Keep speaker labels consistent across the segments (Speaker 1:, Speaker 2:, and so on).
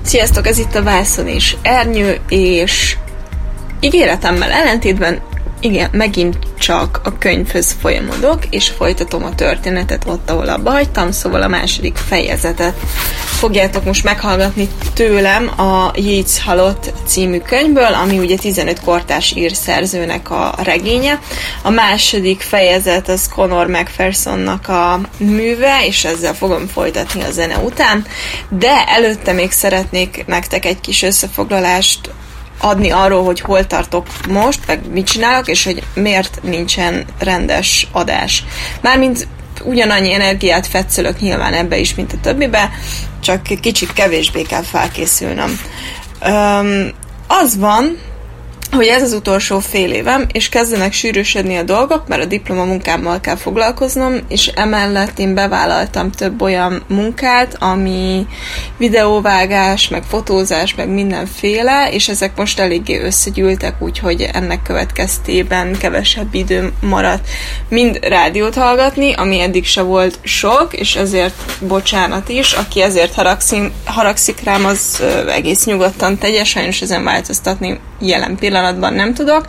Speaker 1: Sziasztok, ez itt a Vászon és Ernyő, és ígéretemmel ellentétben igen, megint csak a könyvhöz folyamodok, és folytatom a történetet ott, ahol abba hagytam, szóval a második fejezetet fogjátok most meghallgatni tőlem a Yeats halott című könyvből, ami ugye 15 kortárs írszerzőnek a regénye. A második fejezet az Conor McPhersonnak a műve, és ezzel fogom folytatni a zene után, de előtte még szeretnék nektek egy kis összefoglalást adni arról, hogy hol tartok most, meg mit csinálok, és hogy miért nincsen rendes adás. Mármint ugyanannyi energiát fetszölök nyilván ebbe is, mint a többibe, csak kicsit kevésbé kell felkészülnöm. Az van, hogy ez az utolsó fél évem, és kezdenek sűrűsödni a dolgok, mert a diplomamunkámmal kell foglalkoznom, és emellett én bevállaltam több olyan munkát, ami videóvágás, meg fotózás, meg mindenféle, és ezek most eléggé összegyűltek, úgyhogy ennek következtében kevesebb időm maradt mind rádiót hallgatni, ami eddig se volt sok, és ezért bocsánat is, aki ezért haragszik rám, az egész nyugodtan tegye, sajnos ezen változtatni jelen pillanatban nem tudok.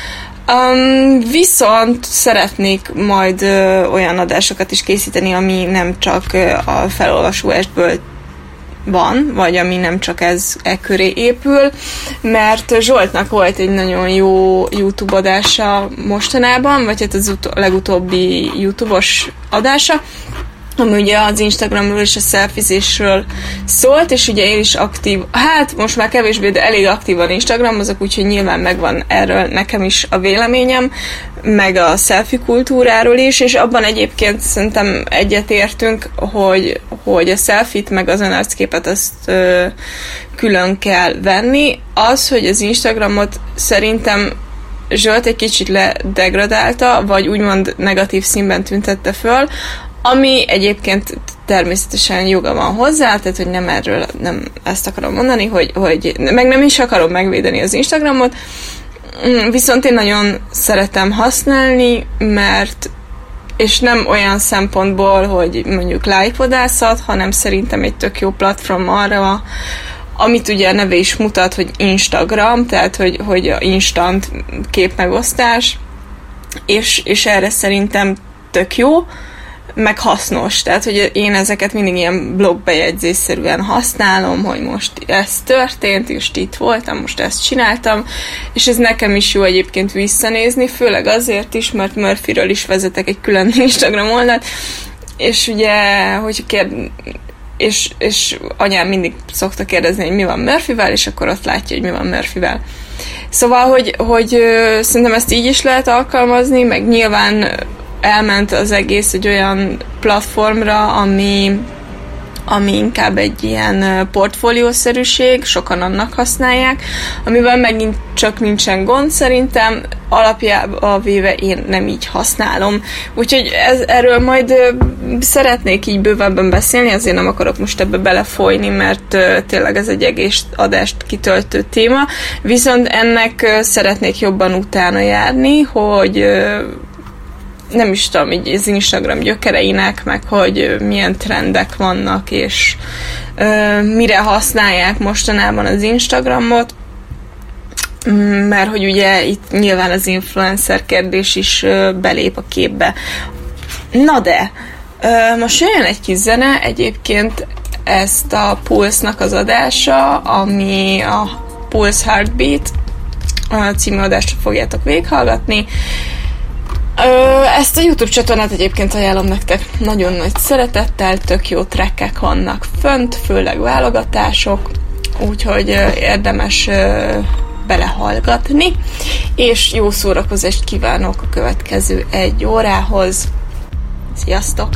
Speaker 1: Viszont szeretnék majd olyan adásokat is készíteni, ami nem csak a felolvasóestből van, vagy ami nem csak ez köré épül, mert Zsoltnak volt egy nagyon jó YouTube adása mostanában, vagy hát az legutóbbi YouTube-os adása, ami ugye az Instagramról és a selfiezésről szólt, és ugye én is aktív, hát most már kevésbé, de elég aktívan Instagramozok, úgyhogy nyilván megvan erről nekem is a véleményem, meg a selfie kultúráról is, és abban egyébként szerintem egyetértünk, hogy a selfie-t meg az önarcképet azt külön kell venni. Az, hogy az Instagramot szerintem Zsolt egy kicsit ledegradálta, vagy úgymond negatív színben tüntette föl, ami egyébként természetesen joga van hozzá, tehát hogy nem ezt akarom mondani, hogy meg nem is akarom megvédeni az Instagramot, viszont én nagyon szeretem használni, mert és nem olyan szempontból, hogy mondjuk like-vadászat, hanem szerintem egy tök jó platform arra, amit ugye a neve is mutat, hogy Instagram, tehát hogy a instant képmegosztás, és erre szerintem tök jó, meg hasznos. Tehát, hogy én ezeket mindig ilyen blogbejegyzésszerűen használom, hogy most ez történt, és itt voltam, most ezt csináltam, és ez nekem is jó egyébként visszanézni, főleg azért is, mert Murphyről is vezetek egy külön Instagram oldalt, és ugye, hogy és anyám mindig szokta kérdezni, hogy mi van Murphyvel, és akkor ott látja, hogy mi van Murphyvel. Szóval, hogy szerintem ezt így is lehet alkalmazni, meg nyilván elment az egész egy olyan platformra, ami inkább egy ilyen portfóliószerűség, sokan annak használják, amivel megint csak nincsen gond szerintem, alapjában véve én nem így használom. Úgyhogy erről majd szeretnék így bővebben beszélni, azért nem akarok most ebbe belefolyni, mert tényleg ez egy egész adást kitöltő téma, viszont ennek szeretnék jobban utána járni, hogy nem is tudom, így az Instagram gyökereinek, meg hogy milyen trendek vannak, és mire használják mostanában az Instagramot, mert hogy ugye itt nyilván az influencer kérdés is belép a képbe. Na de, most jön egy kis zene, egyébként ezt a Pulse-nak az adása, ami a Pulse Heartbeat című adást fogjátok végighallgatni. Ezt a YouTube csatornát egyébként ajánlom nektek nagyon nagy szeretettel, tök jó trackek vannak fönt, főleg válogatások, úgyhogy érdemes belehallgatni, és jó szórakozást kívánok a következő 1 órához. Sziasztok!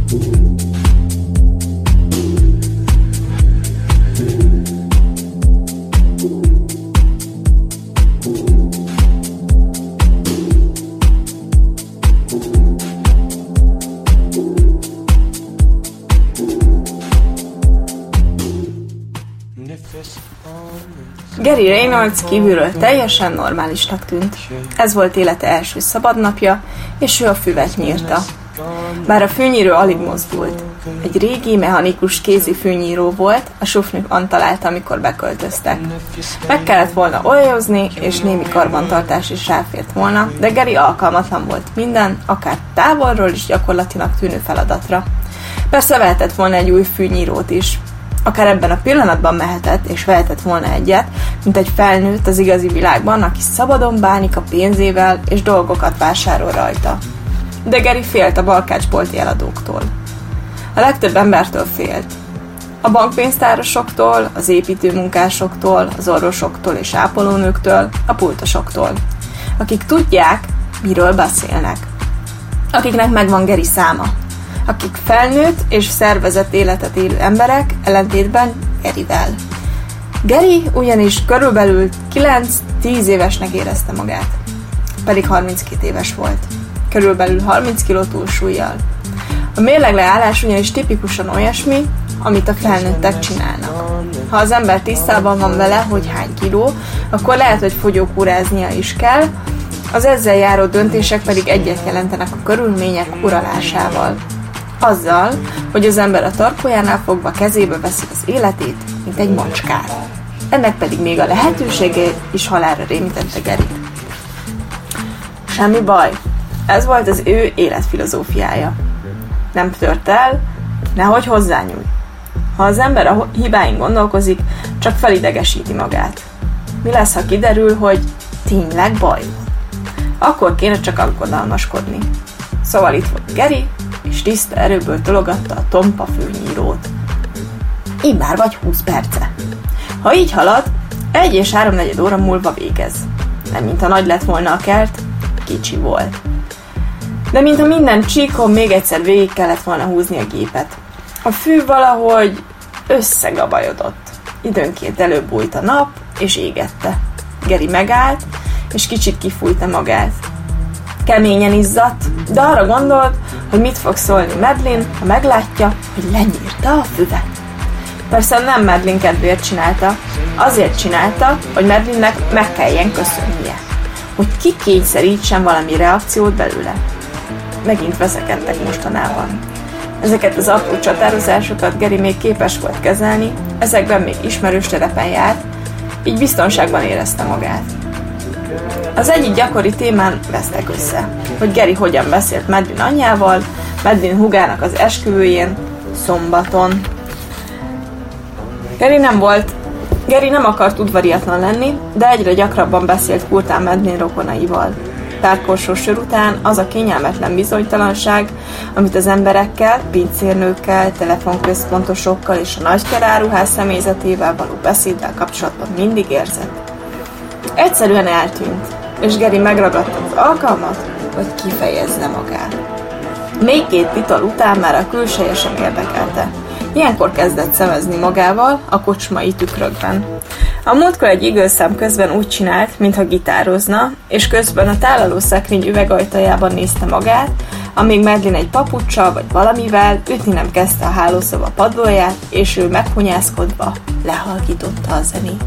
Speaker 1: Gary Reynolds kívülről teljesen normálisnak tűnt. Ez volt élete első szabadnapja, és ő a füvet nyírta. Bár a fűnyíró alig mozdult. Egy régi, mechanikus kézi fűnyíró volt, a sufnük találta, amikor beköltöztek. Meg kellett volna olajozni, és némi karbantartás is ráfért volna, de Gary alkalmatlan volt minden, akár távolról is gyakorlatilag tűnő feladatra. Persze vehetett volna egy új fűnyírót is. Akár ebben a pillanatban mehetett, és vehetett volna egyet, mint egy felnőtt az igazi világban, aki szabadon bánik a pénzével, és dolgokat vásárol rajta. De Gary félt a balkácsbolti eladóktól. A legtöbb embertől félt. A bankpénztárasoktól, az építőmunkásoktól, az orvosoktól és ápolónőktől, a pultosoktól. Akik tudják, miről beszélnek. Akiknek megvan Gary száma. Akik felnőtt és szervezett életet élő emberek, ellentétben Garyvel. Gary ugyanis körülbelül 9-10 évesnek érezte magát. Pedig 32 éves volt. Körülbelül 30 kiló túlsúllyal. A mérlegleállás ugyanis tipikusan olyasmi, amit a felnőttek csinálnak. Ha az ember tisztában van vele, hogy hány kiló, akkor lehet, hogy fogyókúráznia is kell, az ezzel járó döntések pedig egyet jelentenek a körülmények uralásával. Azzal, hogy az ember a tarkójánál fogva kezébe veszi az életét, mint egy macskát. Ennek pedig még a lehetősége is halálra rémítette Garyt. Semmi baj, ez volt az ő életfilozófiája. Nem tört el, nehogy hozzányúj. Ha az ember a hibáin gondolkozik, csak felidegesíti magát. Mi lesz, ha kiderül, hogy tényleg baj van? Akkor kéne csak aggodalmaskodni. Szóval itt volt Gary, és tiszta erőből tologatta a tompa fűnyírót. Immár vagy 20 perce. Ha így halad, 1 és 3/4 óra múlva végez. Nem mintha nagy lett volna a kert, kicsi volt. De mintha minden csíkon még egyszer végig kellett volna húzni a gépet. A fű valahogy összegabajodott. Időnként előbújt a nap, és égette. Gary megállt, és kicsit kifújta magát. Keményen izzadt, de arra gondolt, hogy mit fog szólni Madeline, ha meglátja, hogy lenyírta a füvet. Persze nem Madeline kedvéért csinálta, azért csinálta, hogy Madeline-nek meg kelljen köszönnie, hogy kikényszerítsen valami reakciót belőle. Megint veszekedtek mostanában. Ezeket az apró csatározásokat Gary még képes volt kezelni, ezekben még ismerős terepen járt, így biztonságban érezte magát. Az egyik gyakori témán vesztek össze, hogy Gary hogyan beszélt Madeline anyjával, Madeline húgának az esküvőjén, szombaton. Gary nem akart udvariatlan lenni, de egyre gyakrabban beszélt kurtán Madeline rokonaival. Pár korsó sör után az a kényelmetlen bizonytalanság, amit az emberekkel, pincérnőkkel, telefonközpontosokkal és a nagykeráruház személyzetével való beszéddel kapcsolatban mindig érzett. Egyszerűen eltűnt, és Gary megragadta az alkalmat, hogy kifejezze magát. Még 2 ital után már a külseje sem érdekelte. Ilyenkor kezdett szemezni magával a kocsmai tükrökben. A múltkor egy igőszám közben úgy csinált, mintha gitározna, és közben a tálalószekrény üvegajtajában nézte magát, amíg Madeline egy papuccsal vagy valamivel ütni nem kezdte a hálószoba padlóját, és ő meghunyászkodva lehalkította a zenét.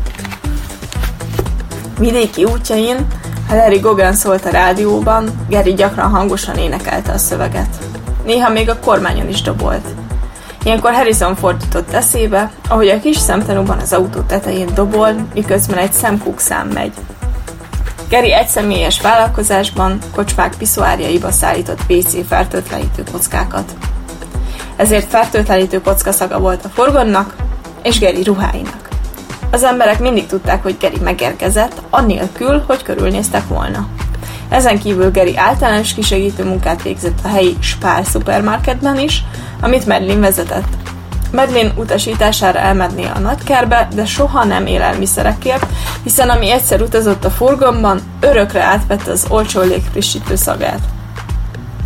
Speaker 1: Vidéki útjain, ha Larry Gogan szólt a rádióban, Gary gyakran hangosan énekelte a szöveget. Néha még a kormányon is dobolt. Ilyenkor Harrison Ford jutott eszébe, ahogy a kis szemtanúban az autó tetején dobol, miközben egy Sam Cooke szám megy. Gary egyszemélyes vállalkozásban kocsmák piszoárjaiba szállított WC fertőtlenítő kockákat. Ezért fertőtlenítő kockaszaga volt a furgonnak és Gary ruháinak. Az emberek mindig tudták, hogy Gary megérkezett, annélkül, hogy körülnéztek volna. Ezen kívül Gary általános kisegítő munkát végzett a helyi Spar szupermarketben is, amit Madeline vezetett. Madeline utasítására elmenné a nagykerbe, de soha nem élelmiszerekért, hiszen ami egyszer utazott a furgonban, örökre átvette az olcsó légfrissítő szagát.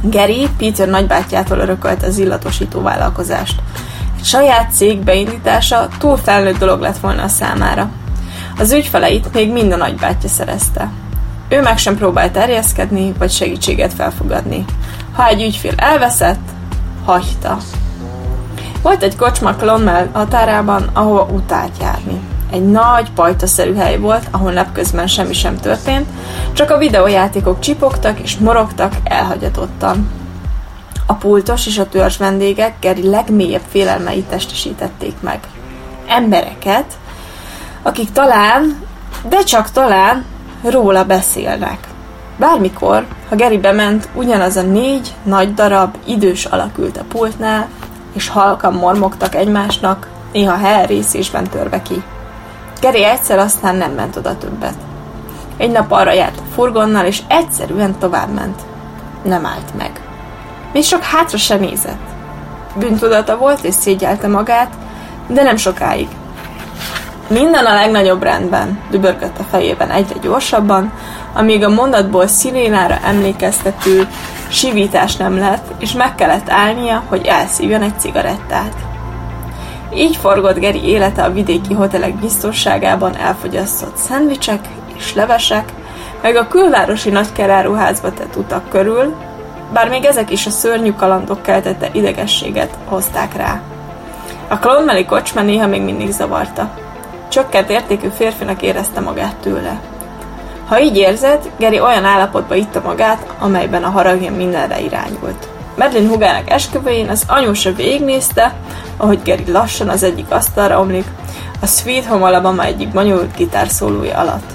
Speaker 1: Gary Peter nagybátyjától örökölte az illatosító vállalkozást. Egy saját cég beindítása túl felnőtt dolog lett volna a számára. Az ügyfeleit még mind a nagybátyja szerezte. Ő meg sem próbált terjeszkedni, vagy segítséget felfogadni. Ha egy ügyfél elveszett, hagyta. Volt egy kocsma Clonmel határában, ahova utált járni. Egy nagy, pajtaszerű hely volt, ahol napközben semmi sem történt, csak a videójátékok csipogtak és morogtak elhagyatottan. A pultos és a törzs vendégek Gary legmélyebb félelmeit testesítették meg. Embereket, akik talán, de csak talán róla beszélnek. Bármikor, ha Gary bement, ugyanaz a 4 nagy darab idős alak ült a pultnál, és halkan mormogtak egymásnak, néha herrészésben törve ki. Gary egyszer aztán nem ment oda többet. Egy nap arra járt a furgonnal, és egyszerűen továbbment. Nem állt meg. Még sok hátra se nézett. Bűntudata volt, és szégyelte magát, de nem sokáig. Minden a legnagyobb rendben, dübörgött a fejében egyre gyorsabban, amíg a mondatból szirénára emlékeztető sivítás nem lett, és meg kellett állnia, hogy elszívjon egy cigarettát. Így forgott Gary élete a vidéki hotelek biztonságában elfogyasztott szendvicsek és levesek, meg a külvárosi nagykeráruházba tett utak körül, bár még ezek is a szörnyű kalandok keltette idegességet hozták rá. A Clonmeli kocsma néha még mindig zavarta. Csökkent értékű férfinak érezte magát tőle. Ha így érzett, Gary olyan állapotba itta magát, amelyben a haragja mindenre irányult. Madeline húgának esküvőjén az anyósa végignézte, ahogy Gary lassan az egyik asztalra omlik, a Sweet Home Alabama egyik bonyolult gitárszólója alatt.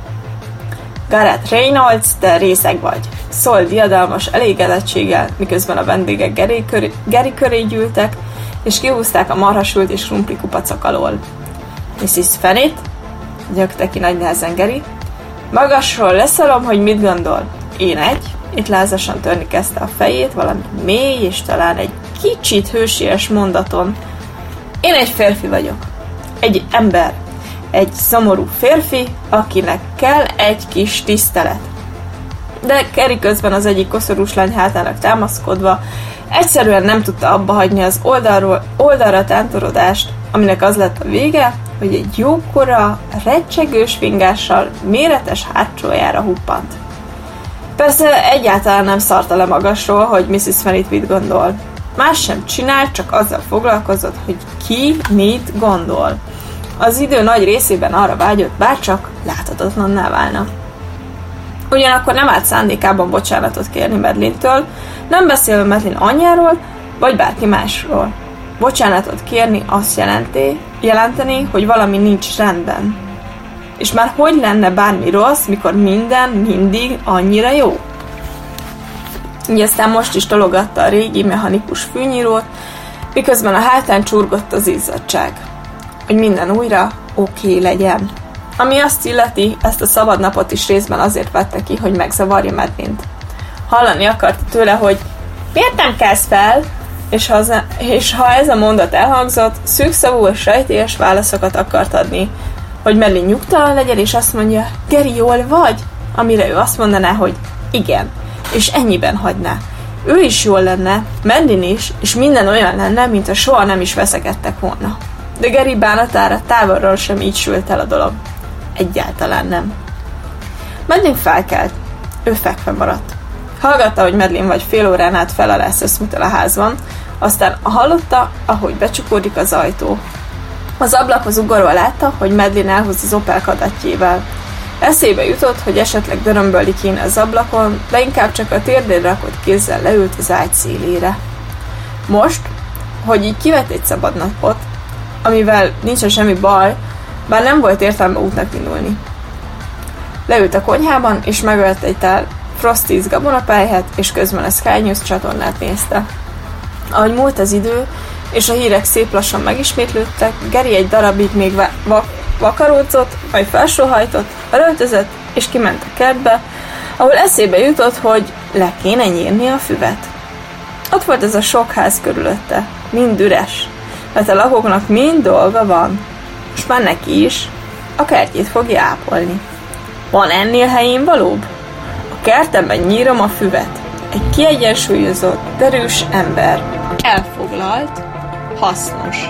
Speaker 1: Gareth Reynolds, te részeg vagy, szólt diadalmas elégedettséggel, miközben a vendégek Gary köré gyűltek, és kihúzták a marhasült és krumpli kupacok alól. Mrs. Fenit, gyökte ki nagy nehezen Gary, magasról leszalom, hogy mit gondol. Én itt lázasan törni kezdte a fejét valami mély és talán egy kicsit hősies mondaton. Én egy férfi vagyok. Egy ember. Egy szomorú férfi, akinek kell egy kis tisztelet. De Gary közben az egyik koszorús lány hátának támaszkodva egyszerűen nem tudta abba hagyni az oldalra tántorodást, aminek az lett a vége, hogy egy jókora, recsegős fingással méretes hátsójára huppant. Persze egyáltalán nem szarta le magasról, hogy Mrs. Fenit mit gondol. Más sem csinált, csak azzal foglalkozott, hogy ki mit gondol. Az idő nagy részében arra vágyott, bárcsak láthatatlanná válna. Ugyanakkor nem állt szándékában bocsánatot kérni Madeline-től, nem beszélve Madeline anyjáról, vagy bárki másról. Bocsánatot kérni azt jelenteni, hogy valami nincs rendben. És már hogy lenne bármi rossz, mikor minden mindig annyira jó? Így aztán most is tologatta a régi mechanikus fűnyírót, miközben a hátán csurgott az izzadság. Hogy minden újra oké legyen. Ami azt illeti, ezt a szabad napot is részben azért vette ki, hogy megzavarja Madeline-t. Hallani akarta tőle, hogy miért nem kezd fel? És ha ez a mondat elhangzott, szűkszavú és rejtélyes válaszokat akart adni, hogy Madeline nyugtalan legyen, és azt mondja, Gary, jól vagy? Amire ő azt mondaná, hogy igen, és ennyiben hagyná. Ő is jól lenne, Madeline is, és minden olyan lenne, mintha soha nem is veszekedtek volna. De Gary bánatára távolról sem így sült el a dolog. Egyáltalán nem. Madeline felkelt. Ő fekve maradt. Hallgatta, hogy Madeline vagy fél órán át fel-alá szöszmütel a házban, aztán hallotta, ahogy becsukódik az ajtó. Az ablakhoz ugorva látta, hogy Madeline elhoz az Opel Kadetjével. Eszébe jutott, hogy esetleg dörömbölni kéne az ablakon, de inkább csak a térdén rakott kézzel leült az ágy szélére. Most, hogy így kivett egy szabad napot, amivel nincsen semmi baj, bár nem volt értelme útnak indulni. Leült a konyhában, és megölt egy tál Frosties gabonapályhet, és közben a Sky News csatornát nézte. Ahogy múlt az idő, és a hírek szép lassan megismétlődtek, Gary egy darabig még vakaródzott, majd felsóhajtott, öltözött, és kiment a kertbe, ahol eszébe jutott, hogy le kéne nyírni a füvet. Ott volt ez a sok ház körülötte, mind üres, mert a lakóknak mind dolga van. Most már neki is a kertjét fogja ápolni. Van ennél helyén valóbb? A kertemben nyírom a füvet. Egy kiegyensúlyozott, derűs ember. Elfoglalt, hasznos.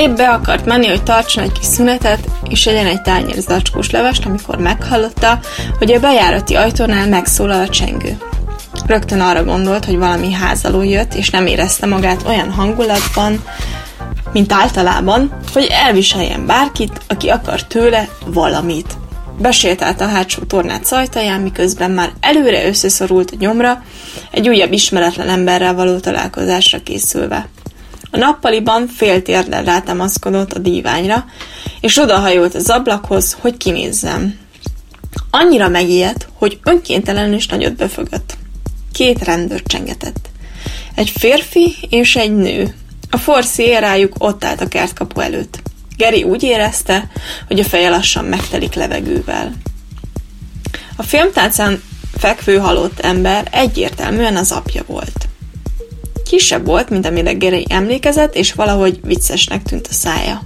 Speaker 1: Épp be akart menni, hogy tartson egy kis szünetet, és egyen egy tányér zacskós levest, amikor meghallotta, hogy a bejárati ajtónál megszólal a csengő. Rögtön arra gondolt, hogy valami házaló jött, és nem érezte magát olyan hangulatban, mint általában, hogy elviseljen bárkit, aki akar tőle valamit. Besétált a hátsó tornát ajtaján, miközben már előre összeszorult a nyomra, egy újabb ismeretlen emberrel való találkozásra készülve. A nappaliban fél térdel rátámaszkodott a díványra, és odahajolt az ablakhoz, hogy kinézzem. Annyira megijedt, hogy önkéntelenül is nagyot befögött. 2 rendőr csengetett. Egy férfi és egy nő. A Forcier rájuk ott állt a kertkapu előtt. Gary úgy érezte, hogy a feje lassan megtelik levegővel. A filmtálcán fekvő halott ember egyértelműen az apja volt. Kisebb volt, mint amire Gary emlékezett, és valahogy viccesnek tűnt a szája.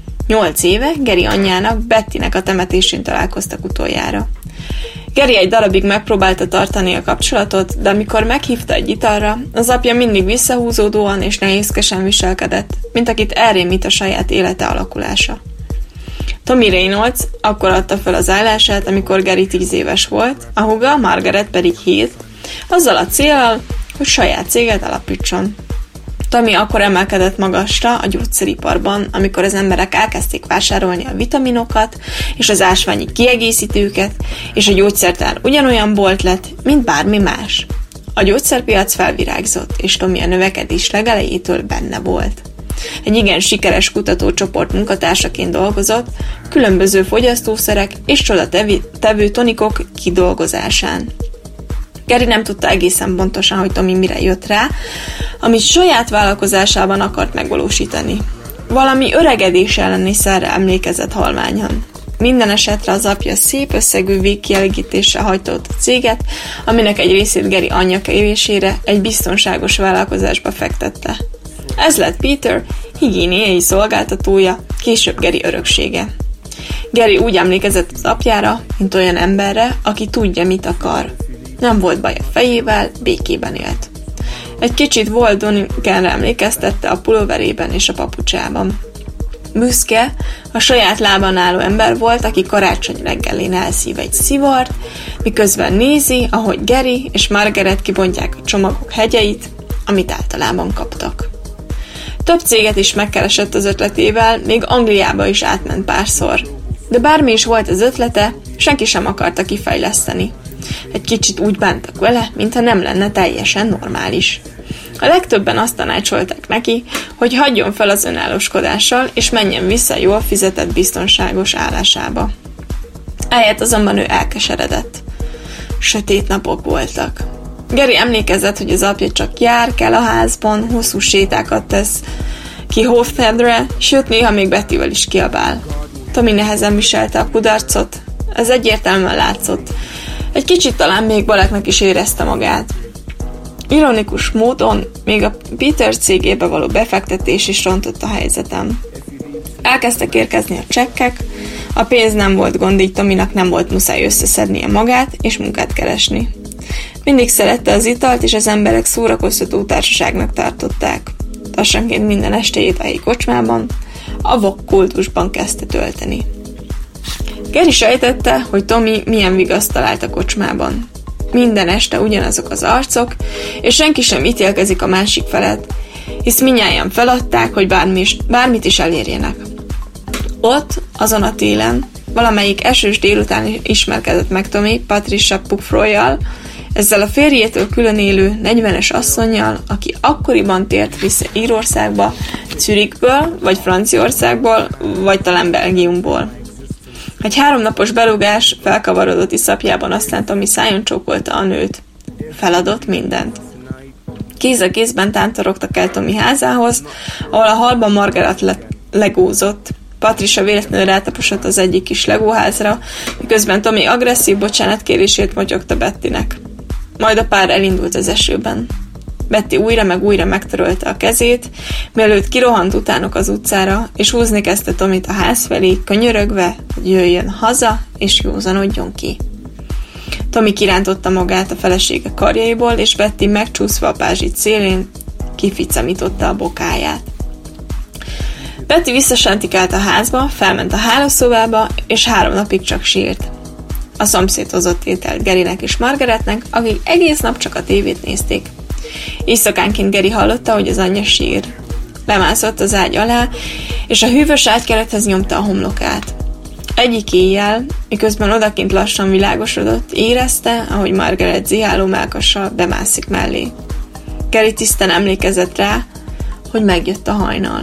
Speaker 1: 8 éve Gary anyjának, Bettynek a temetésén találkoztak utoljára. Gary egy darabig megpróbálta tartani a kapcsolatot, de amikor meghívta egy italra, az apja mindig visszahúzódóan és nehézkesen viselkedett, mint akit elrémít a saját élete alakulása. Tommy Reynolds akkor adta fel az állását, amikor Gary 10 éves volt, a húga, Margaret pedig 7, azzal a céllal, hogy saját céget alapítson. Tommy akkor emelkedett magasra a gyógyszeriparban, amikor az emberek elkezdték vásárolni a vitaminokat és az ásványi kiegészítőket, és a gyógyszertár ugyanolyan bolt lett, mint bármi más. A gyógyszerpiac felvirágzott, és Tommy a növekedés legelejétől benne volt. Egy igen sikeres kutatócsoport munkatársaként dolgozott, különböző fogyasztószerek és csodatevő tonikok kidolgozásán. Gary nem tudta egészen pontosan, hogy Tommy mire jött rá, amit saját vállalkozásában akart megvalósítani. Valami öregedés elleni szerre emlékezett halványan. Minden esetre az apja szép összegű végkielégítéssel hajtott a céget, aminek egy részét Gary anyja kérésére egy biztonságos vállalkozásba fektette. Ez lett Peter, higiéniai szolgáltatója, később Gary öröksége. Gary úgy emlékezett az apjára, mint olyan emberre, aki tudja, mit akar. Nem volt baj a fejével, békében élt. Egy kicsit Walt Donikenre emlékeztette a pulóverében és a papucsában. Büszke, a saját lábán álló ember volt, aki karácsony reggelén elszív egy szivart, miközben nézi, ahogy Gary és Margaret kibontják a csomagok hegyeit, amit általában kaptak. Több céget is megkeresett az ötletével, még Angliába is átment párszor. De bármi is volt az ötlete, senki sem akarta kifejleszteni. Egy kicsit úgy bántak vele, mintha nem lenne teljesen normális. A legtöbben azt tanácsolták neki, hogy hagyjon fel az önállóskodással, és menjen vissza jól fizetett biztonságos állásába. Ehelyett azonban ő elkeseredett. Sötét napok voltak. Gary emlékezett, hogy az apja csak jár, kell a házban, hosszú sétákat tesz ki Hofstadtre, sőt néha még Bettyvel is kiabál. Tommy nehezen viselte a kudarcot, ez egyértelműen látszott. Egy kicsit talán még Baleknak is érezte magát. Ironikus módon még a Peter cégébe való befektetés is rontott a helyzetem. Elkezdtek érkezni a csekkek, a pénz nem volt gond, így Tominak nem volt muszáj összeszednie magát és munkát keresni. Mindig szerette az italt, és az emberek szórakoztató társaságnak tartották. Lassanként minden estéjét a helyi kocsmában, a Vok kultusban kezdte tölteni. Gary sejtette, hogy Tommy milyen vigaszt talált a kocsmában. Minden este ugyanazok az arcok, és senki sem ítélkezik a másik felett, hisz mindnyájan feladták, hogy bármit is elérjenek. Ott, azon a télen, valamelyik esős délután ismerkedett meg Tommy Patricia Puckfroy-jal, ezzel a férjétől külön élő 40-es asszonnyal, aki akkoriban tért vissza Írországba, Zürichből, vagy Franciaországból, vagy talán Belgiumból. Egy 3 napos belugás felkavarodott iszapjában, aztán Tommy szájon csókolta a nőt. Feladott mindent. Kéz a kézben tántorogtak el Tommy házához, ahol a halban Margaret legózott. Patricia véletlenül rátaposott az egyik kis legóházra, miközben Tommy agresszív bocsánatkérését motyogta Bettynek. Majd a pár elindult az esőben. Betty újra meg újra megtörölte a kezét, mielőtt kirohant utánuk az utcára, és húzni kezdte Tommyt a ház felé, könyörögve, hogy jöjjön haza, és józanodjon ki. Tommy kirántotta magát a felesége karjaiból, és Betty megcsúszva a pázsit szélén kificamította a bokáját. Betty visszasántikált a házba, felment a hálószobába, és 3 napig csak sírt. A szomszéd hozott ételt Garynek és Margaretnek, akik egész nap csak a tévét nézték. Éjszakánként Gary hallotta, hogy az anyja sír. Lemászott az ágy alá, és a hűvös ágykerethez nyomta a homlokát. Egyik éjjel, miközben odakint lassan világosodott, érezte, ahogy Margaret ziháló mellkassal bemászik mellé. Gary tisztán emlékezett rá, hogy megjött a hajnal.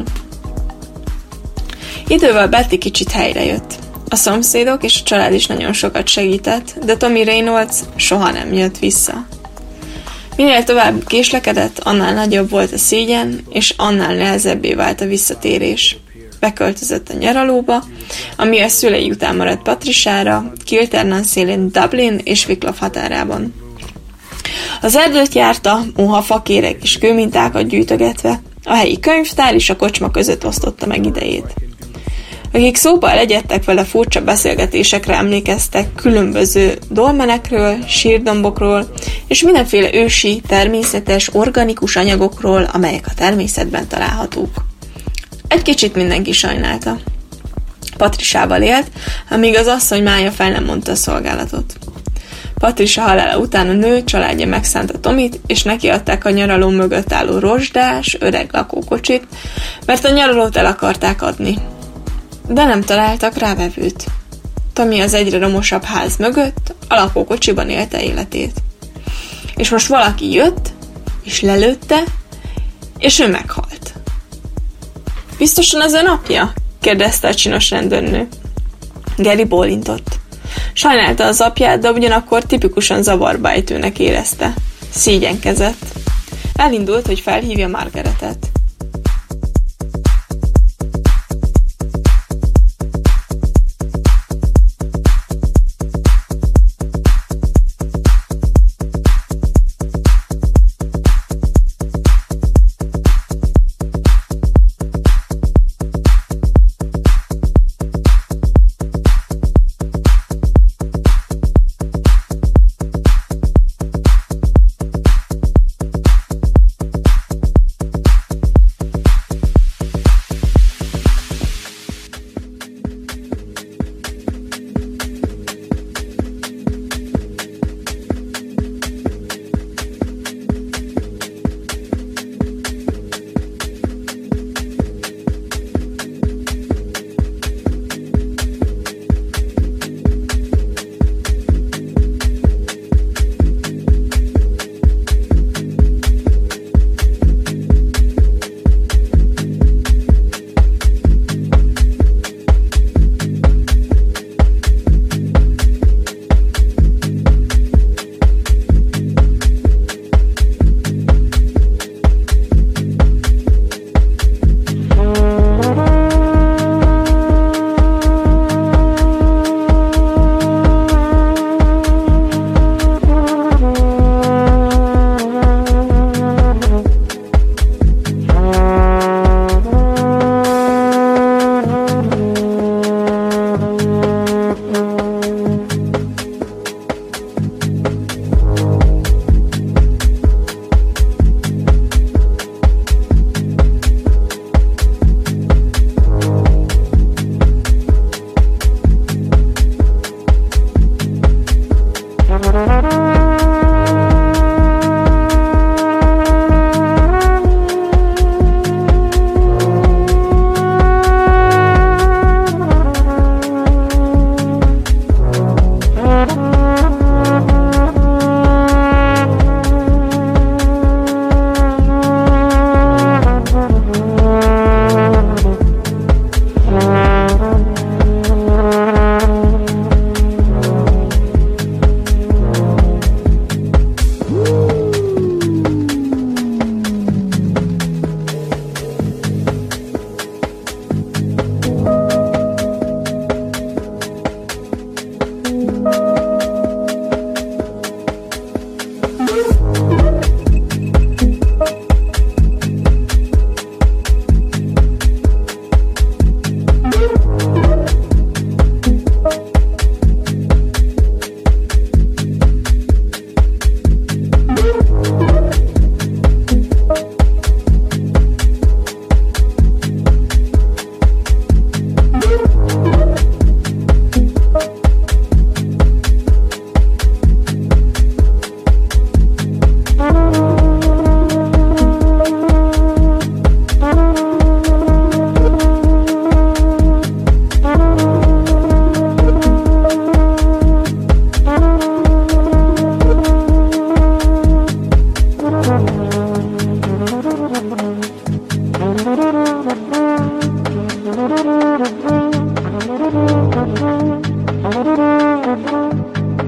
Speaker 1: Idővel Betty kicsit helyrejött. A szomszédok és a család is nagyon sokat segített, de Tommy Reynolds soha nem jött vissza. Minél tovább késlekedett, annál nagyobb volt a szégyen, és annál nehezebbé vált a visszatérés. Beköltözött a nyaralóba, ami a szülei után maradt Patriciára, Kilternan szélén Dublin és Wicklow határában. Az erdőt járta, moha fakérek és kőmintákat gyűjtögetve, a helyi könyvtár és a kocsma között osztotta meg idejét. Akik szóba elegyedtek vele, furcsa beszélgetésekre emlékeztek különböző dolmenekről, sírdombokról és mindenféle ősi, természetes, organikus anyagokról, amelyek a természetben találhatók. Egy kicsit mindenki sajnálta. Patriciával élt, amíg az asszony mája fel nem mondta a szolgálatot. Patricia halála után a nő családja megszánta Tomit, és neki adták a nyaraló mögött álló rozsdás, öreg lakókocsit, mert a nyaralót el akarták adni. De nem találtak rá vevőt. Tommy az egyre romosabb ház mögött a lakókocsiban élte életét. És most valaki jött, és lelőtte, és ő meghalt. Biztosan az ön apja? Kérdezte a csinos rendőrnő. Gary bólintott. Sajnálta az apját, de ugyanakkor tipikusan zavarba ejtőnek érezte. Szégyenkezett. Elindult, hogy felhívja Margaretet.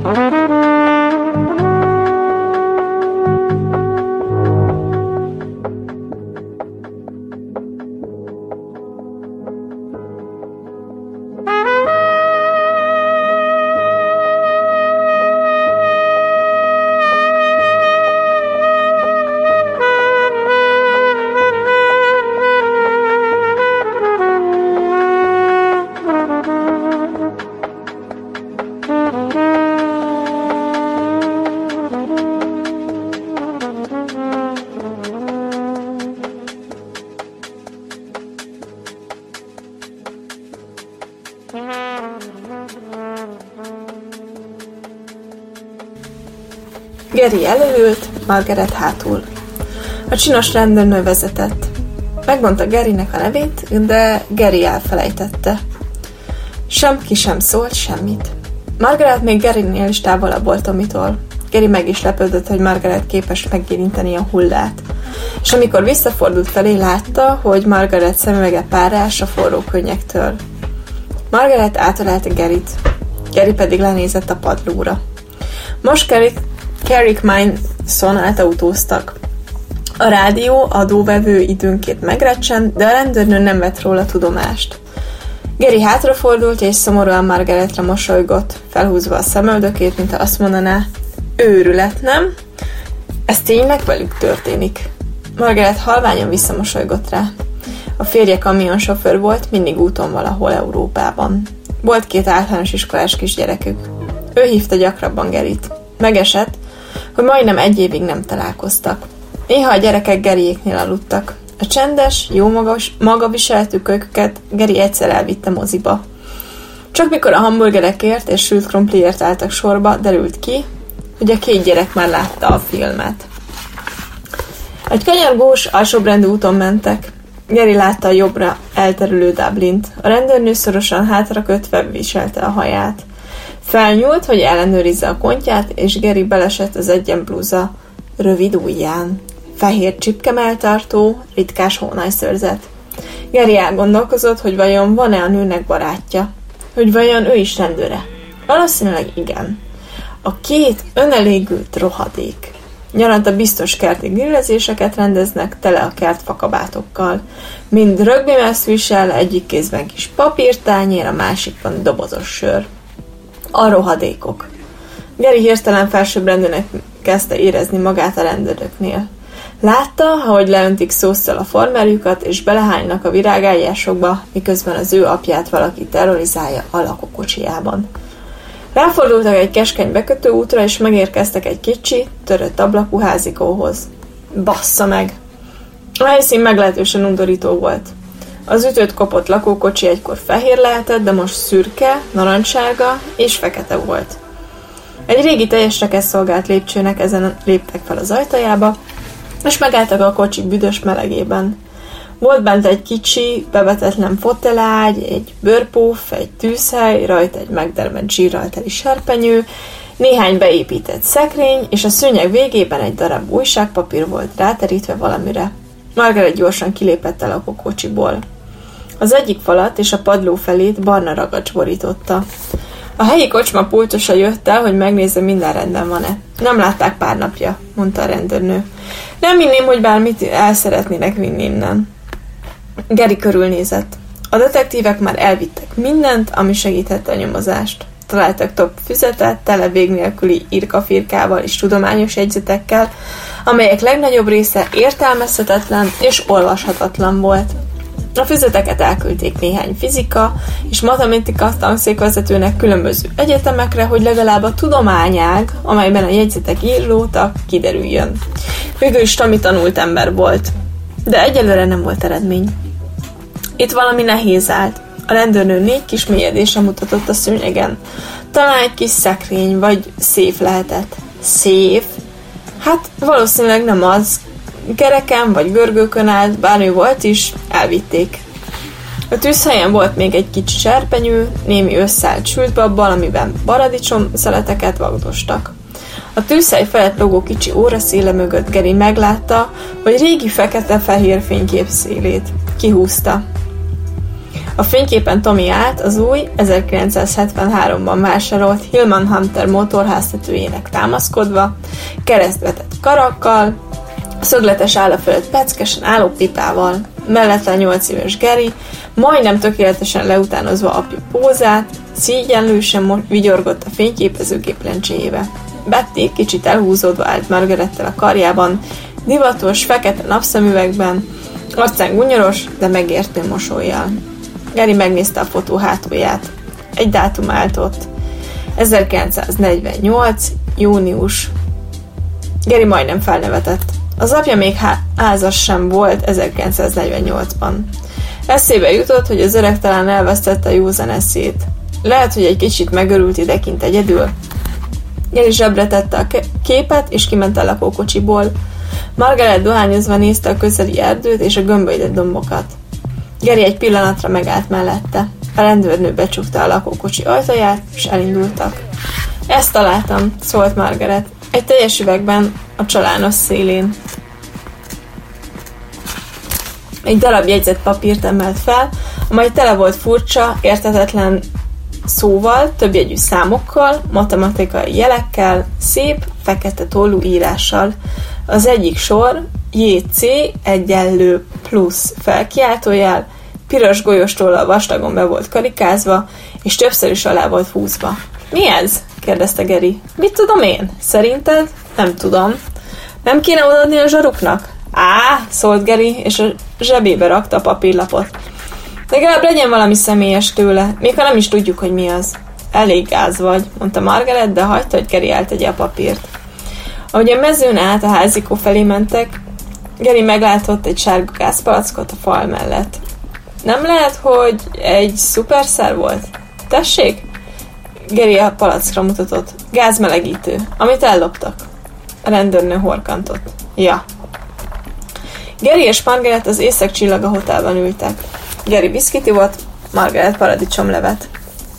Speaker 1: Gary előült, Margaret hátul. A csinos rendőrnő vezetett. Megmondta Garynek a nevét, de Gary elfelejtette. Senki sem szólt semmit. Margaret még Garynél is távolabb volt Tommytól. Gary meg is lepődött, hogy Margaret képes megérinteni a hullát. És amikor visszafordult felé, látta, hogy Margaret szemüvege párás a forró könnyektől. Margaret átölelte Garyt. Gary pedig lenézett a padlóra. Most Carrick Manson átautóztak. A rádió adóvevő időnként megrecsent, de a rendőrnő nem vett róla tudomást. Gary hátrafordult és szomorúan Margaretre mosolygott, felhúzva a szemöldökét, mint azt mondaná, őrület, nem? Ez tényleg velük történik. Margaret halványan visszamosolygott rá. A férje kamionsofőr volt, mindig úton valahol Európában. Volt 2 általános iskolás kisgyerekük. Ő hívta gyakrabban Garyt. Megesett, hogy majdnem 1 évig nem találkoztak. Néha a gyerekek Garyéknél aludtak. A csendes, jó magaviseletű kölyköket Gary egyszer elvitte moziba. Csak mikor a hamburgerekért és sült krumpliért álltak sorba, derült ki, hogy a 2 gyerek már látta a filmet. Egy kanyargós, alsóbrendű úton mentek. Gary látta a jobbra elterülő Dublint. A rendőrnő szorosan hátra kötve viselte a haját. Felnyúlt, hogy ellenőrizze a kontját, és Gary belesett az egyenblúza rövid ujján. Fehér csipkemeltartó, ritkás hónajszőrzet. Gary elgondolkozott, hogy vajon van-e a nőnek barátja, hogy vajon ő is rendőre. Valószínűleg igen. A 2 önelégült rohadék. Nyaranta biztos kerti grillezéseket rendeznek, tele a kert fakabátokkal. Mind rögbimeszt visel, egyik kézben kis papírtányér, a másikban dobozos sör. A rohadékok. Gary hirtelen felsőbbrendűnek kezdte érezni magát a rendőröknél. Látta, ahogy leöntik szószal a farmerjukat, és belehánynak a virágágyásokba, miközben az ő apját valaki terrorizálja a lakókocsijában. Ráfordultak egy keskeny bekötő útra, és megérkeztek egy kicsi, törött ablakú házikóhoz. Bassza meg! A helyszín meglehetősen undorító volt. Az ütött kopott lakókocsi egykor fehér lehetett, de most szürke, narancssárga és fekete volt. Egy régi teljesre szolgált lépcsőnek ezen léptek fel az ajtajába, és megálltak a kocsi büdös melegében. Volt bent egy kicsi, bevetetlen fotelágy, egy bőrpóf, egy tűzhely, rajta egy megdermedt zsírral teli serpenyő, néhány beépített szekrény, és a szőnyeg végében egy darab újságpapír volt ráterítve valamire. Margaret gyorsan kilépett el a kocsiból. Az egyik falat és a padló felét barna ragacs borította. A helyi kocsma pultosa jött el, hogy megnézze, minden rendben van-e. Nem látták pár napja, mondta a rendőrnő. Nem hinném, hogy bármit el szeretnének vinni innen. Gary körülnézett. A detektívek már elvittek mindent, ami segíthette a nyomozást. Találtak több füzetet, tele vég nélküli irkafirkával és tudományos jegyzetekkel, amelyek legnagyobb része értelmezhetetlen és olvashatatlan volt. A füzeteket elküldték néhány fizika és matematika tanszékvezetőnek különböző egyetemekre, hogy legalább a tudományág, amelyben a jegyzetek írlódtak, kiderüljön. Végül is Tommy tanult ember volt, de egyelőre nem volt eredmény. Itt valami nehéz állt. A rendőrnő 4 kis mélyedésre mutatott a szőnyegen. Talán egy kis szekrény, vagy széf lehetett. Széf? Hát valószínűleg nem az. Kereken vagy görgőkön állt, bármi volt is, elvitték. A tűzhelyen volt még egy kicsi serpenyő, némi összeállt sültbabbal, amiben paradicsom szeleteket vagdostak. A tűzhely felett logó kicsi óraszéle mögött Gary meglátta, hogy régi fekete-fehér fénykép szélét. Kihúzta. A fényképen Tommy állt az új 1973-ban vásárolt Hillman Hunter motorháztetőjének támaszkodva, keresztvetett karakkal, szögletes álla fölött peckesen álló pipával, mellette a 8 éves Gary, majdnem tökéletesen leutánozva apja pózát, szégyenlősen vigyorgott a fényképezőgép lencséjébe. Betty kicsit elhúzódva állt Margarettel a karjában, divatos, fekete napszemüvegben, arcán gunyoros, de megértő mosollyal. Gary megnézte a fotó hátulját. Egy dátum állt ott. 1948. június. Gary majdnem felnevetett. Az apja még házas sem volt 1948-ban. Eszébe jutott, hogy az öreg talán elvesztette a józan eszét. Lehet, hogy egy kicsit megörült idekint egyedül. Gary zsebre tette a képet, és kiment a lakókocsiból. Margaret dohányozva nézte a közeli erdőt és a gömbölydött dombokat. Gary egy pillanatra megállt mellette. A rendőrnő becsukta a lakókocsi ajtaját, és elindultak. Ezt találtam, szólt Margaret. Egy teljes üvegben, a csalános szélén. Egy darab jegyzett papírt emelt fel, amely tele volt furcsa, érthetetlen szóval, többjegyű számokkal, matematikai jelekkel, szép, fekete tollú írással. Az egyik sor JC egyenlő plusz felkiáltójel, piros golyóstollal vastagon be volt karikázva, és többször is alá volt húzva. Mi ez? Kérdezte Gary. Mit tudom én? Szerinted? Nem tudom. Nem kéne odaadni a zsaruknak? Szólt Gary, és a zsebébe rakta a papírlapot. Legalább legyen valami személyes tőle, még ha nem is tudjuk, hogy mi az. Elég gáz vagy, mondta Margaret, de hagyta, hogy Gary eltegye a papírt. Ahogy a mezőn át a házikó felé mentek, Gary meglátott egy sárga gázpalackot a fal mellett. Nem lehet, hogy egy szuperszer volt? Tessék? Gary a palackra mutatott. Gázmelegítő, amit elloptak. A rendőrnő horkantott. Ja. Gary és Margaret az Észak-Csillaga hotelben ültek. Gary biszkit ivott, Margaret paradicsomlevet.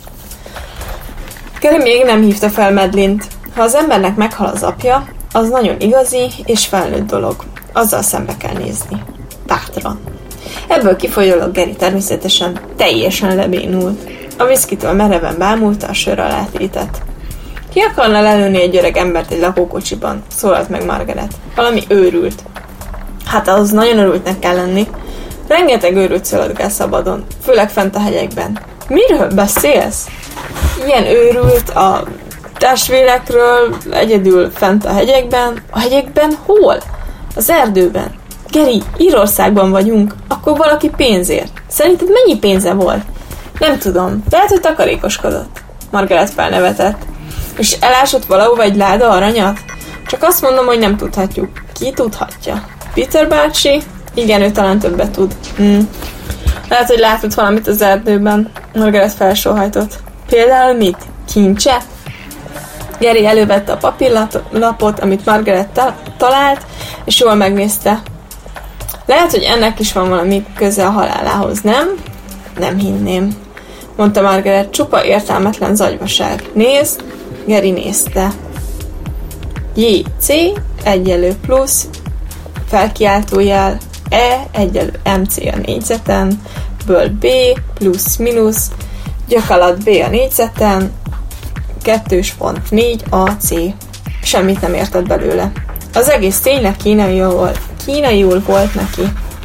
Speaker 1: Gary még nem hívta fel Madelynt. Ha az embernek meghal az apja, az nagyon igazi és felnőtt dolog. Azzal szembe kell nézni. Bátran. Ebből kifolyólag Gary természetesen teljesen lebénult. A viszkitől mereven bámulta a sör alátétet. Ki akarna lelőni egy öreg embert egy lakókocsiban? Szólalt meg Margaret. Valami őrült. Hát az nagyon örültnek kell lenni. Rengeteg őrült szaladgál szabadon, főleg fent a hegyekben. Miről beszélsz? Ilyen őrült a testvérekről, egyedül fent a hegyekben. A hegyekben hol? Az erdőben. Gary, Írországban vagyunk, akkor valaki pénzért. Szerinted mennyi pénze volt? Nem tudom, lehet, hogy takarékoskodott. Margaret felnevetett. És elásott valahova egy láda aranyat? Csak azt mondom, hogy nem tudhatjuk. Ki tudhatja? Peter bácsi? Igen, ő talán többet tud. Lehet, hogy látott valamit az erdőben. Margaret felsóhajtott. Például mit? Kincse? Gary elővette a papírlapot, amit Margaret talált, és jól megnézte. Lehet, hogy ennek is van valami köze a halálához, nem? Nem hinném, mondta Margaret, csupa értelmetlen zagyvaság. Nézd, Gary nézte. JC egyenlő plusz, felkiáltójel, E egyenlő MC a négyzeten, ből B plusz mínusz, gyakalat B a négyzeten, 2.4 AC. Semmit nem értett belőle. Az egész tényleg kínaiul volt neki.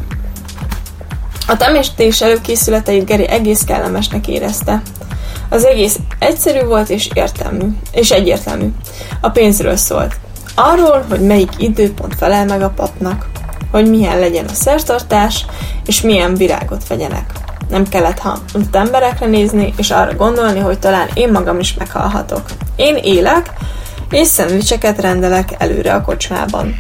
Speaker 1: A temettés előkészületeit Gary egész kellemesnek érezte. Az egész egyszerű volt és egyértelmű. A pénzről szólt. Arról, hogy melyik időpont felel meg a papnak, hogy milyen legyen a szertartás, és milyen virágot vegyenek. Nem kellett hamut emberekre nézni, és arra gondolni, hogy talán én magam is meghalhatok. Én élek, és szendvicseket rendelek előre a kocsmában.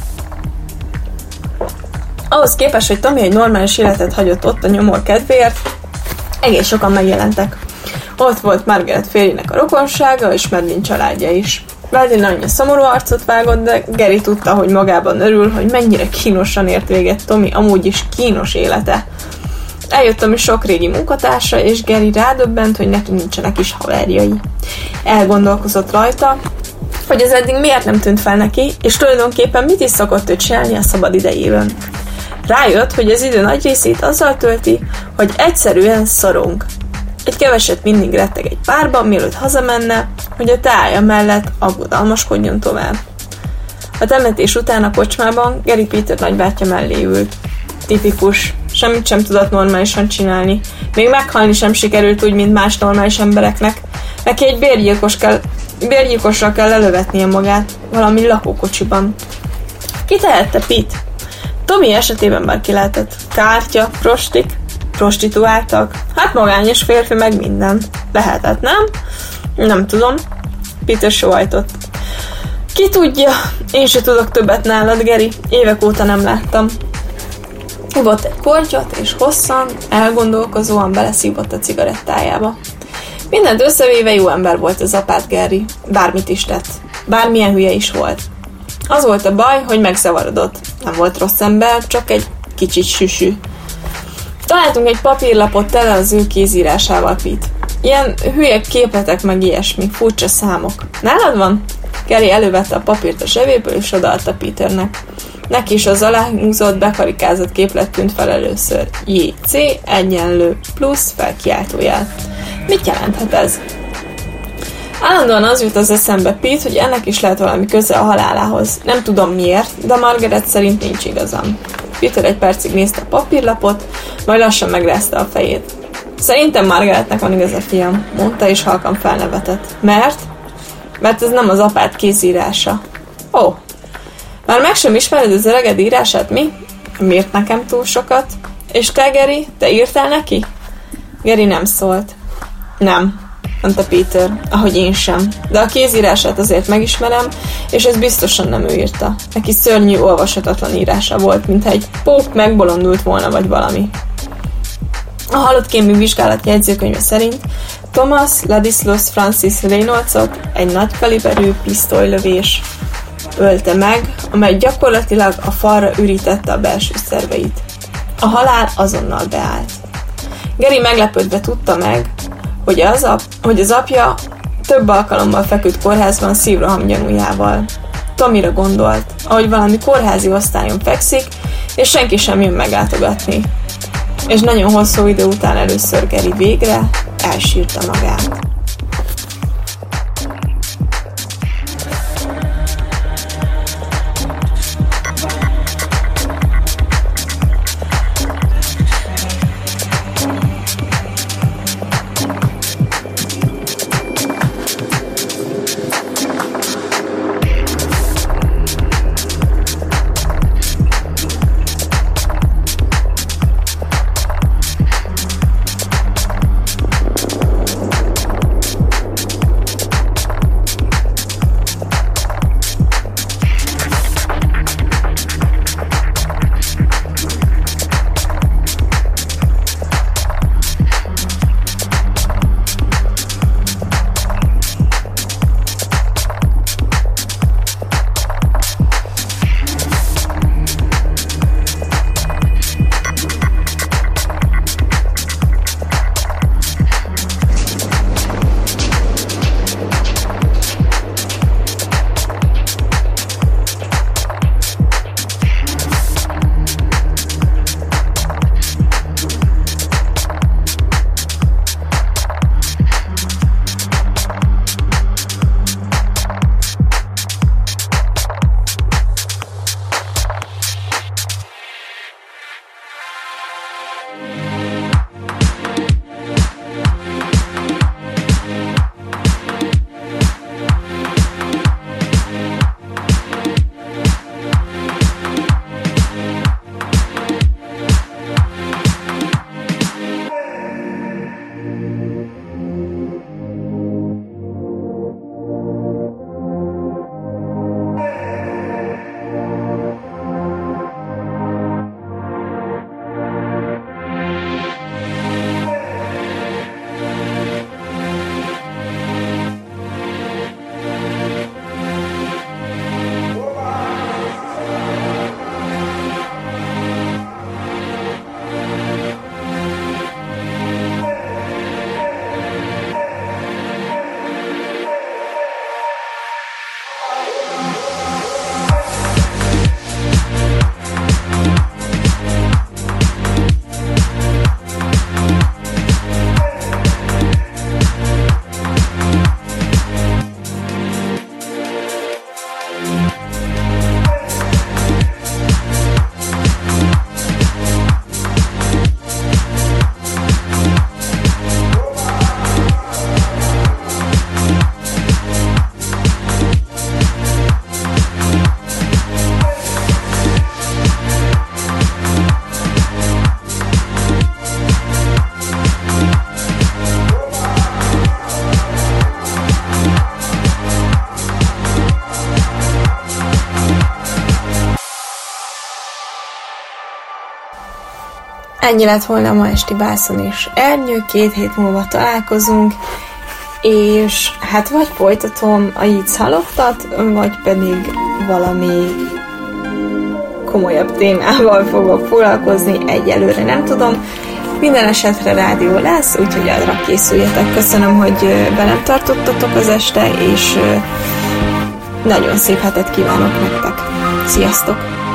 Speaker 1: Ahhoz képest, hogy Tommy egy normális életet hagyott ott a nyomor kedvéért, egész sokan megjelentek. Ott volt Margaret férjének a rokonsága, és Madeline családja is. Madeline anyja szomorú arcot vágott, de Gary tudta, hogy magában örül, hogy mennyire kínosan ért véget Tommy amúgy is kínos élete. Eljött Tommy sok régi munkatársa, és Gary rádöbbent, hogy neki nincsenek is haverjai. Elgondolkozott rajta, hogy ez eddig miért nem tűnt fel neki, és tulajdonképpen mit is szokott ő csinálni a szabad idejében. Rájött, hogy az idő nagy részét azzal tölti, hogy egyszerűen szorong. Egy keveset mindig retteg egy párban, mielőtt hazamenne, hogy a teája mellett aggodalmaskodjon tovább. A temetés után a kocsmában Gary Peter nagybátyja mellé ült. Tipikus, semmit sem tudott normálisan csinálni. Még meghalni sem sikerült úgy, mint más normális embereknek. Neki egy bérgyilkosra kell lelövetnie magát valami lakókocsiban. Ki tehette Pete? Tommy esetében már ki lehetett. Kártya, prostik, prostituáltak, hát magányos férfi meg minden. Lehetett, nem? Nem tudom. Peter sóhajtott. Ki tudja? Én se tudok többet nálad, Gary. Évek óta nem láttam. Ivott egy kortyot, és hosszan, elgondolkozóan beleszívott a cigarettájába. Mindent összevéve jó ember volt az apád, Gary. Bármit is tett. Bármilyen hülye is volt. Az volt a baj, hogy megzavarodott. Nem volt rossz ember, csak egy kicsit süsű. Találtunk egy papírlapot tele az ő kézírásával, Pete. Ilyen hülye képletek meg ilyesmi, furcsa számok. Nálad van? Gary elővette a papírt a zsebéből, és odaadta Peternek. Neki is az aláhúzott, bekarikázott képlet tűnt fel először. JC egyenlő plusz felkiáltójel. Mit jelenthet ez? Állandóan az jut az eszembe, Pete, hogy ennek is lehet valami köze a halálához. Nem tudom miért, de Margaret szerint nincs igazam. Peter egy percig nézte a papírlapot, majd lassan megrázta a fejét. Szerintem Margaretnek van igaza, fiam, mondta, és halkan felnevetett. Mert? Mert ez nem az apád kézírása. Ó, már meg sem ismered az öreged írását, mi? Miért nekem túl sokat? És te, Gary, te írtál neki? Gary nem szólt. Nem, mondta Peter, ahogy én sem. De a kézírását azért megismerem, és ez biztosan nem ő írta. Neki szörnyű, olvashatatlan írása volt, mintha egy pók megbolondult volna, vagy valami. A halott kémű vizsgálat jegyzőkönyve szerint Thomas Ladislaus Francis Reynoldsot egy nagy kaliberű pisztolylövés ölte meg, amely gyakorlatilag a falra ürítette a belső szerveit. A halál azonnal beállt. Gary meglepődve tudta meg, hogy az apja több alkalommal feküdt kórházban szívroham gyanújával. Tommyra gondolt, ahogy valami kórházi osztályon fekszik, és senki sem jön meglátogatni. És nagyon hosszú idő után először Gary végre elsírta magát. Ennyi lett volna ma esti Bászon és Ernyő, 2 hét múlva találkozunk, és hát vagy folytatom a Yics halottat, vagy pedig valami komolyabb témával fogok foglalkozni, egyelőre nem tudom. Minden esetre rádió lesz, úgyhogy arra készüljetek. Köszönöm, hogy velem tartottatok az este, és nagyon szép hetet kívánok nektek. Sziasztok!